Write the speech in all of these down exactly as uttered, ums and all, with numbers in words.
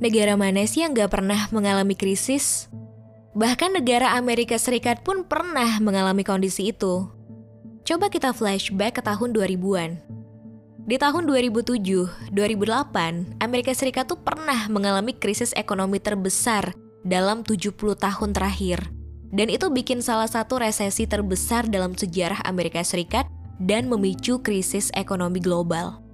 Negara mana sih yang gak pernah mengalami krisis? Bahkan negara Amerika Serikat pun pernah mengalami kondisi itu. Coba kita flashback ke tahun dua ribuan. Di tahun dua ribu tujuh, dua ribu delapan, Amerika Serikat tuh pernah mengalami krisis ekonomi terbesar dalam tujuh puluh tahun terakhir. Dan itu bikin salah satu resesi terbesar dalam sejarah Amerika Serikat dan memicu krisis ekonomi global.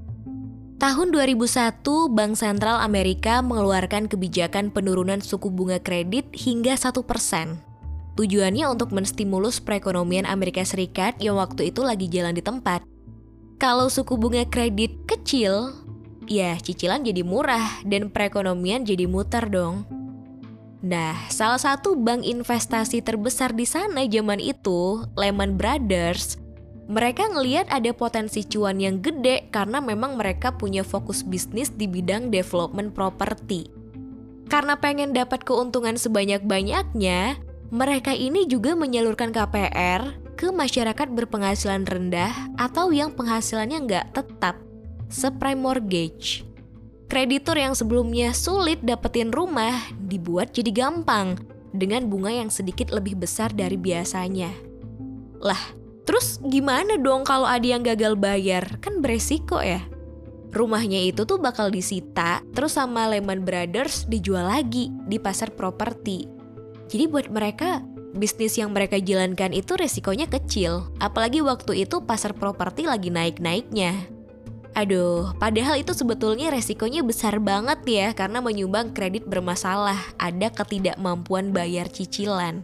Tahun dua ribu satu, Bank Sentral Amerika mengeluarkan kebijakan penurunan suku bunga kredit hingga satu persen. Tujuannya untuk menstimulus perekonomian Amerika Serikat yang waktu itu lagi jalan di tempat. Kalau suku bunga kredit kecil, ya cicilan jadi murah dan perekonomian jadi muter dong. Nah, salah satu bank investasi terbesar di sana zaman itu, Lehman Brothers, mereka ngelihat ada potensi cuan yang gede karena memang mereka punya fokus bisnis di bidang development property. Karena pengen dapat keuntungan sebanyak-banyaknya, mereka ini juga menyalurkan K P R ke masyarakat berpenghasilan rendah atau yang penghasilannya nggak tetap, subprime mortgage. Kreditur yang sebelumnya sulit dapetin rumah dibuat jadi gampang dengan bunga yang sedikit lebih besar dari biasanya. Lah, terus gimana dong kalau ada yang gagal bayar? Kan beresiko ya. Rumahnya itu tuh bakal disita, terus sama Lehman Brothers dijual lagi di pasar properti. Jadi buat mereka, bisnis yang mereka jalankan itu resikonya kecil. Apalagi waktu itu pasar properti lagi naik-naiknya. Aduh, padahal itu sebetulnya resikonya besar banget ya karena menyumbang kredit bermasalah, ada ketidakmampuan bayar cicilan.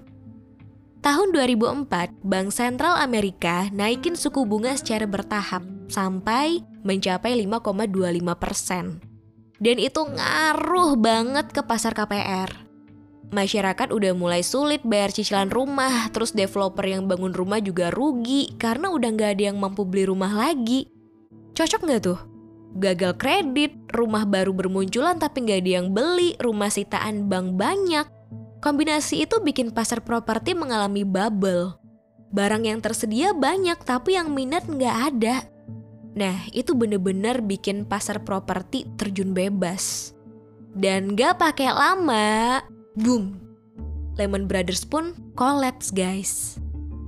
Tahun dua ribu empat, Bank Sentral Amerika naikin suku bunga secara bertahap sampai mencapai lima koma dua lima persen. Dan itu ngaruh banget ke pasar K P R. Masyarakat udah mulai sulit bayar cicilan rumah, terus developer yang bangun rumah juga rugi karena udah gak ada yang mampu beli rumah lagi. Cocok gak tuh? Gagal kredit, rumah baru bermunculan tapi gak ada yang beli, rumah sitaan bank banyak. Kombinasi itu bikin pasar properti mengalami bubble. Barang yang tersedia banyak tapi yang minat gak ada. Nah, itu bener-bener bikin pasar properti terjun bebas. Dan gak pakai lama, boom! Lehman Brothers pun collapse, guys.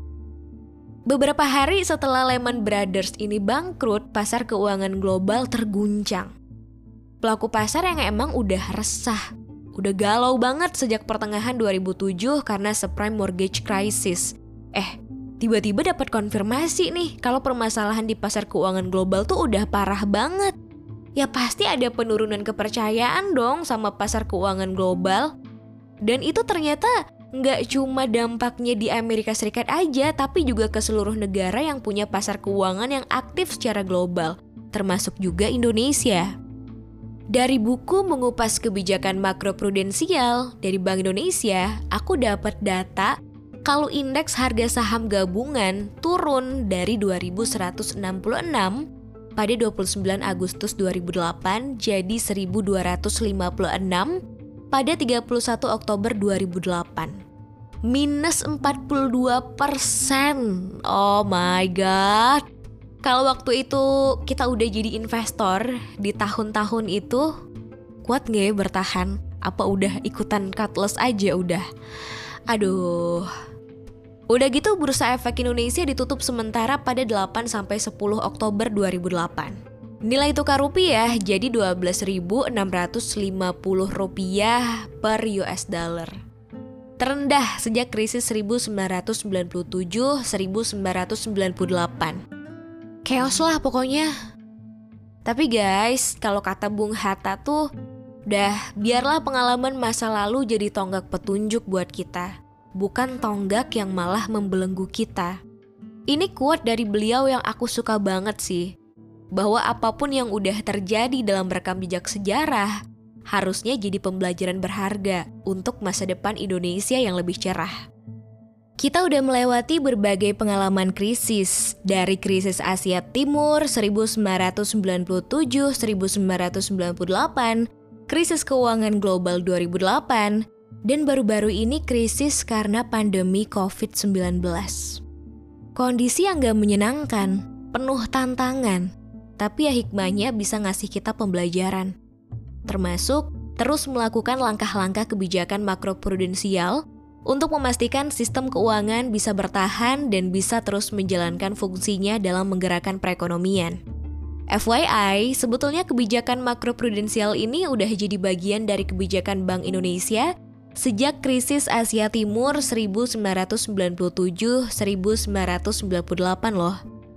Beberapa hari setelah Lehman Brothers ini bangkrut, pasar keuangan global terguncang. Pelaku pasar yang emang udah resah, udah galau banget sejak pertengahan dua ribu tujuh karena subprime mortgage crisis. Eh, tiba-tiba dapat konfirmasi nih kalau permasalahan di pasar keuangan global tuh udah parah banget. Ya pasti ada penurunan kepercayaan dong sama pasar keuangan global. Dan itu ternyata nggak cuma dampaknya di Amerika Serikat aja, tapi juga ke seluruh negara yang punya pasar keuangan yang aktif secara global, termasuk juga Indonesia. Dari buku Mengupas Kebijakan Makroprudensial dari Bank Indonesia, aku dapat data kalau indeks harga saham gabungan turun dari dua ribu seratus enam puluh enam pada dua puluh sembilan Agustus dua ribu delapan jadi seribu dua ratus lima puluh enam pada tiga puluh satu Oktober dua ribu delapan. Minus empat puluh dua persen. Oh my god. Kalau waktu itu kita udah jadi investor di tahun-tahun itu, kuat gak ya bertahan? Apa udah ikutan cut loss aja udah? Aduh. Udah gitu Bursa Efek Indonesia ditutup sementara pada delapan sampai sepuluh Oktober dua ribu delapan. Nilai tukar rupiah jadi dua belas ribu enam ratus lima puluh rupiah per U S dollar. Terendah sejak krisis seribu sembilan ratus sembilan puluh tujuh sampai seribu sembilan ratus sembilan puluh delapan. Chaos lah pokoknya. Tapi guys, kalau kata Bung Hatta tuh, udah biarlah pengalaman masa lalu jadi tonggak petunjuk buat kita, bukan tonggak yang malah membelenggu kita. Ini quote dari beliau yang aku suka banget sih. Bahwa apapun yang udah terjadi dalam rekam jejak sejarah harusnya jadi pembelajaran berharga untuk masa depan Indonesia yang lebih cerah. Kita udah melewati berbagai pengalaman krisis, dari krisis Asia Timur seribu sembilan ratus sembilan puluh tujuh sampai seribu sembilan ratus sembilan puluh delapan, krisis keuangan global dua ribu delapan, dan baru-baru ini krisis karena pandemi covid sembilan belas. Kondisi yang gak menyenangkan, penuh tantangan, tapi ya hikmahnya bisa ngasih kita pembelajaran. Termasuk terus melakukan langkah-langkah kebijakan makroprudensial untuk memastikan sistem keuangan bisa bertahan dan bisa terus menjalankan fungsinya dalam menggerakkan perekonomian. F Y I, sebetulnya kebijakan makroprudensial ini udah jadi bagian dari kebijakan Bank Indonesia sejak krisis Asia Timur seribu sembilan ratus sembilan puluh tujuh sampai seribu sembilan ratus sembilan puluh delapan loh.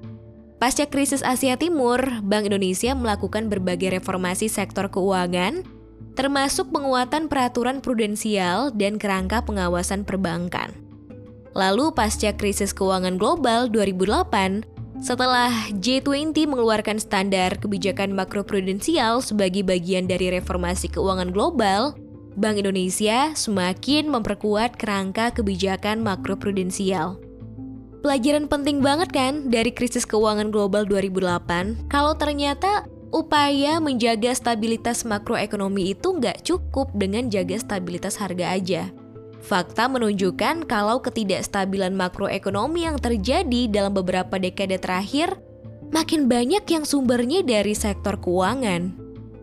Pasca krisis Asia Timur, Bank Indonesia melakukan berbagai reformasi sektor keuangan, termasuk penguatan peraturan prudensial dan kerangka pengawasan perbankan. Lalu pasca krisis keuangan global dua ribu delapan, setelah G dua puluh mengeluarkan standar kebijakan makroprudensial sebagai bagian dari reformasi keuangan global, Bank Indonesia semakin memperkuat kerangka kebijakan makroprudensial. Pelajaran penting banget kan dari krisis keuangan global dua ribu delapan, kalau ternyata upaya menjaga stabilitas makroekonomi itu nggak cukup dengan jaga stabilitas harga aja. Fakta menunjukkan kalau ketidakstabilan makroekonomi yang terjadi dalam beberapa dekade terakhir makin banyak yang sumbernya dari sektor keuangan.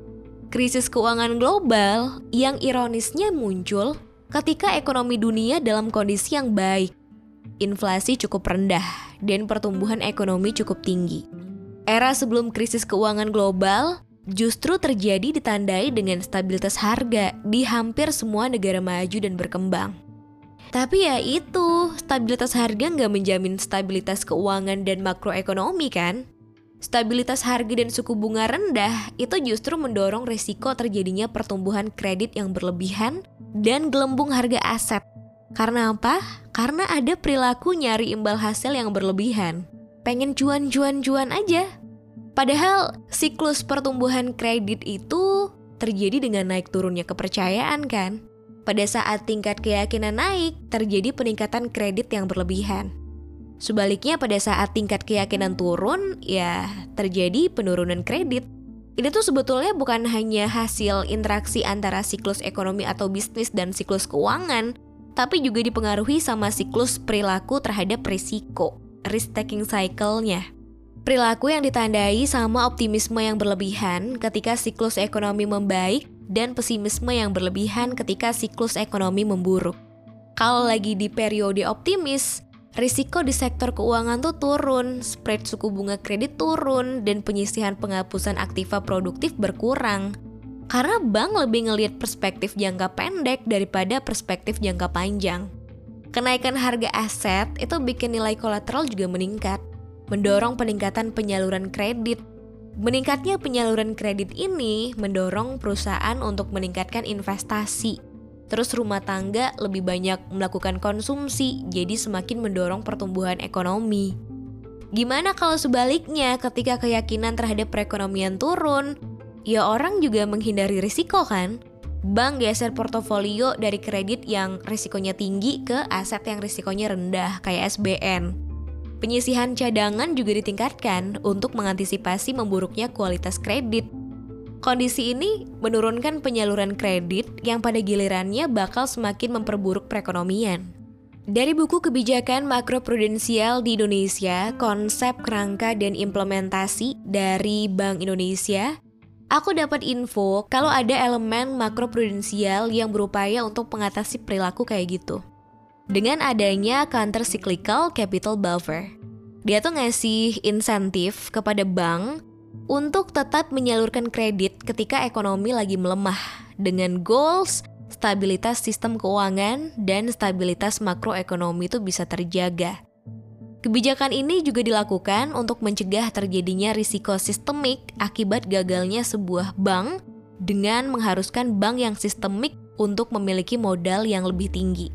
Krisis keuangan global yang ironisnya muncul ketika ekonomi dunia dalam kondisi yang baik. Inflasi cukup rendah dan pertumbuhan ekonomi cukup tinggi. Era sebelum krisis keuangan global justru terjadi ditandai dengan stabilitas harga di hampir semua negara maju dan berkembang. Tapi ya itu, stabilitas harga nggak menjamin stabilitas keuangan dan makroekonomi kan? Stabilitas harga dan suku bunga rendah itu justru mendorong risiko terjadinya pertumbuhan kredit yang berlebihan dan gelembung harga aset. Karena apa? Karena ada perilaku nyari imbal hasil yang berlebihan. Pengen cuan-cuan-cuan aja. Padahal siklus pertumbuhan kredit itu terjadi dengan naik turunnya kepercayaan kan? Pada saat tingkat keyakinan naik, terjadi peningkatan kredit yang berlebihan. Sebaliknya pada saat tingkat keyakinan turun, ya terjadi penurunan kredit. Ini tuh sebetulnya bukan hanya hasil interaksi antara siklus ekonomi atau bisnis dan siklus keuangan, tapi juga dipengaruhi sama siklus perilaku terhadap risiko, risk-taking cycle-nya. Perilaku yang ditandai sama optimisme yang berlebihan ketika siklus ekonomi membaik dan pesimisme yang berlebihan ketika siklus ekonomi memburuk. Kalau lagi di periode optimis, risiko di sektor keuangan tuh turun, spread suku bunga kredit turun, dan penyisihan penghapusan aktiva produktif berkurang. Karena bank lebih ngelihat perspektif jangka pendek daripada perspektif jangka panjang. Kenaikan harga aset itu bikin nilai kolateral juga meningkat, mendorong peningkatan penyaluran kredit. Meningkatnya penyaluran kredit ini mendorong perusahaan untuk meningkatkan investasi. Terus rumah tangga lebih banyak melakukan konsumsi, jadi semakin mendorong pertumbuhan ekonomi. Gimana kalau sebaliknya ketika keyakinan terhadap perekonomian turun? Ya orang juga menghindari risiko kan? Bank geser portofolio dari kredit yang risikonya tinggi ke aset yang risikonya rendah kayak S B N. Penyisihan cadangan juga ditingkatkan untuk mengantisipasi memburuknya kualitas kredit. Kondisi ini menurunkan penyaluran kredit yang pada gilirannya bakal semakin memperburuk perekonomian. Dari buku Kebijakan Makroprudensial di Indonesia, Konsep Kerangka dan Implementasi dari Bank Indonesia, aku dapat info kalau ada elemen makroprudensial yang berupaya untuk mengatasi perilaku kayak gitu. Dengan adanya counter-cyclical capital buffer. Dia tuh ngasih insentif kepada bank untuk tetap menyalurkan kredit ketika ekonomi lagi melemah dengan goals, stabilitas sistem keuangan, dan stabilitas makroekonomi itu bisa terjaga. Kebijakan ini juga dilakukan untuk mencegah terjadinya risiko sistemik akibat gagalnya sebuah bank dengan mengharuskan bank yang sistemik untuk memiliki modal yang lebih tinggi.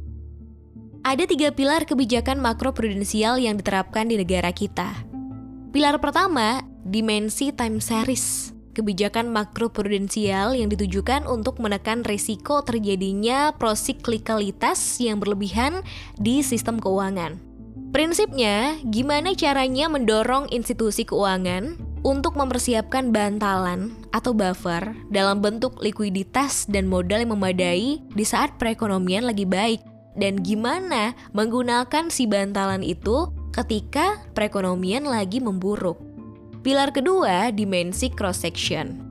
Ada tiga pilar kebijakan makroprudensial yang diterapkan di negara kita. Pilar pertama, dimensi time series. Kebijakan makroprudensial yang ditujukan untuk menekan risiko terjadinya prosiklikalitas yang berlebihan di sistem keuangan. Prinsipnya, gimana caranya mendorong institusi keuangan untuk mempersiapkan bantalan atau buffer dalam bentuk likuiditas dan modal yang memadai di saat perekonomian lagi baik. Dan gimana menggunakan si bantalan itu ketika perekonomian lagi memburuk. Pilar kedua, dimensi cross-section.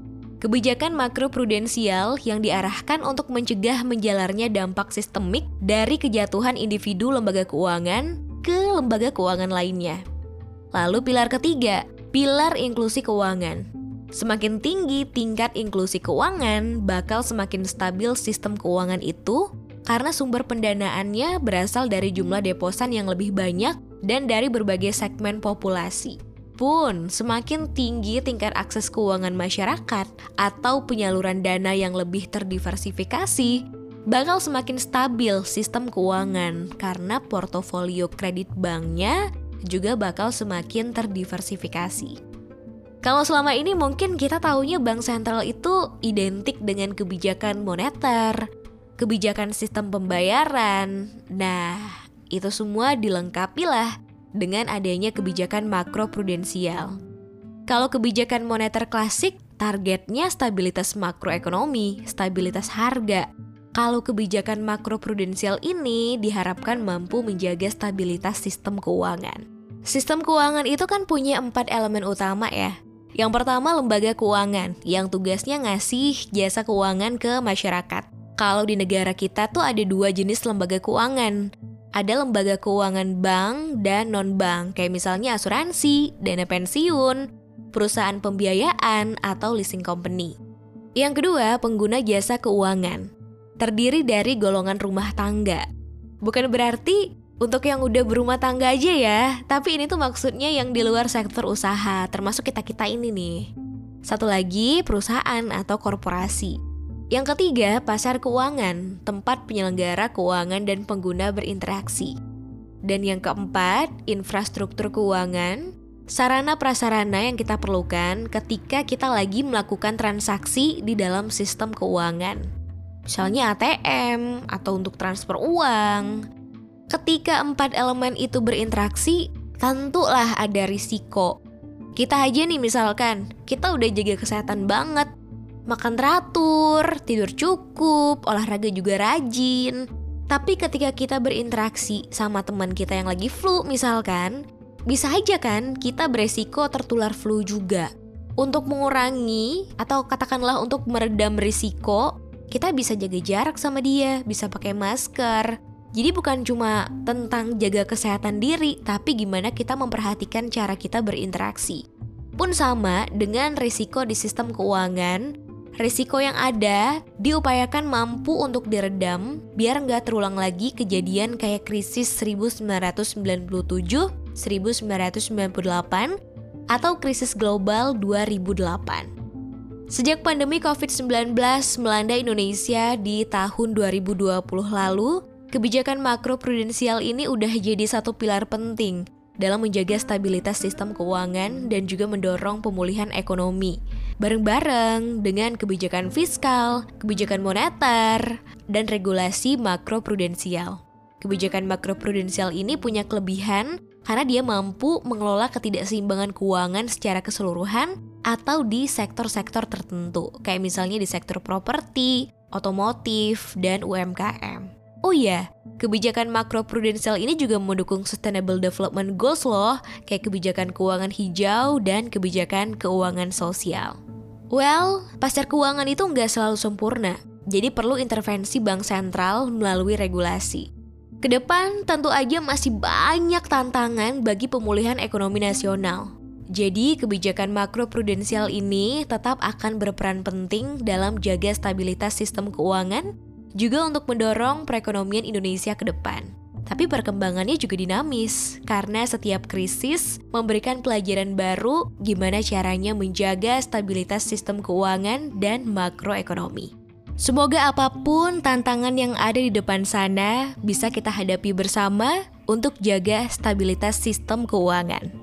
Kebijakan makroprudensial yang diarahkan untuk mencegah menjalarnya dampak sistemik dari kejatuhan individu lembaga keuangan ke lembaga keuangan lainnya. Lalu pilar ketiga, pilar inklusi keuangan. Semakin tinggi tingkat inklusi keuangan, bakal semakin stabil sistem keuangan itu karena sumber pendanaannya berasal dari jumlah deposan yang lebih banyak dan dari berbagai segmen populasi. Pun semakin tinggi tingkat akses keuangan masyarakat atau penyaluran dana yang lebih terdiversifikasi, bakal semakin stabil sistem keuangan karena portofolio kredit banknya juga bakal semakin terdiversifikasi. Kalau selama ini mungkin kita taunya bank sentral itu identik dengan kebijakan moneter, kebijakan sistem pembayaran. Nah, itu semua dilengkapi lah dengan adanya kebijakan makroprudensial. Kalau kebijakan moneter klasik, targetnya stabilitas makroekonomi, stabilitas harga. Kalau kebijakan makroprudensial ini diharapkan mampu menjaga stabilitas sistem keuangan. Sistem keuangan itu kan punya empat elemen utama ya. Yang pertama lembaga keuangan, yang tugasnya ngasih jasa keuangan ke masyarakat. Kalau di negara kita tuh ada dua jenis lembaga keuangan. Ada lembaga keuangan bank dan non-bank, kayak misalnya asuransi, dana pensiun, perusahaan pembiayaan, atau leasing company. Yang kedua, pengguna jasa keuangan. Terdiri dari golongan rumah tangga. Bukan berarti untuk yang udah berumah tangga aja ya, tapi ini tuh maksudnya yang di luar sektor usaha, termasuk kita-kita ini nih. Satu lagi, perusahaan atau korporasi. Yang ketiga, pasar keuangan, tempat penyelenggara keuangan dan pengguna berinteraksi. Dan yang keempat, infrastruktur keuangan, sarana prasarana yang kita perlukan ketika kita lagi melakukan transaksi di dalam sistem keuangan. Misalnya A T M atau untuk transfer uang. Ketika empat elemen itu berinteraksi, tentulah ada risiko. Kita aja nih misalkan, kita udah jaga kesehatan banget, makan teratur, tidur cukup, olahraga juga rajin. Tapi ketika kita berinteraksi sama teman kita yang lagi flu misalkan, bisa aja kan kita beresiko tertular flu juga. Untuk mengurangi atau katakanlah untuk meredam risiko, kita bisa jaga jarak sama dia, bisa pakai masker. Jadi bukan cuma tentang jaga kesehatan diri, tapi gimana kita memperhatikan cara kita berinteraksi. Pun sama dengan risiko di sistem keuangan. Risiko yang ada diupayakan mampu untuk diredam biar nggak terulang lagi kejadian kayak krisis seribu sembilan ratus sembilan puluh tujuh sampai seribu sembilan ratus sembilan puluh delapan atau krisis global dua ribu delapan. Sejak pandemi covid sembilan belas melanda Indonesia di tahun dua ribu dua puluh lalu, kebijakan makroprudensial ini udah jadi satu pilar penting dalam menjaga stabilitas sistem keuangan dan juga mendorong pemulihan ekonomi. Bareng-bareng dengan kebijakan fiskal, kebijakan moneter, dan regulasi makroprudensial. Kebijakan makroprudensial ini punya kelebihan karena dia mampu mengelola ketidakseimbangan keuangan secara keseluruhan atau di sektor-sektor tertentu, kayak misalnya di sektor properti, otomotif, dan U M K M. Oh iya, kebijakan makroprudensial ini juga mendukung Sustainable Development Goals loh, kayak kebijakan keuangan hijau dan kebijakan keuangan sosial. Well, pasar keuangan itu nggak selalu sempurna, jadi perlu intervensi bank sentral melalui regulasi. Kedepan tentu aja masih banyak tantangan bagi pemulihan ekonomi nasional. Jadi kebijakan makroprudensial ini tetap akan berperan penting dalam jaga stabilitas sistem keuangan, juga untuk mendorong perekonomian Indonesia ke depan. Tapi perkembangannya juga dinamis, karena setiap krisis memberikan pelajaran baru gimana caranya menjaga stabilitas sistem keuangan dan makroekonomi. Semoga apapun tantangan yang ada di depan sana bisa kita hadapi bersama untuk jaga stabilitas sistem keuangan.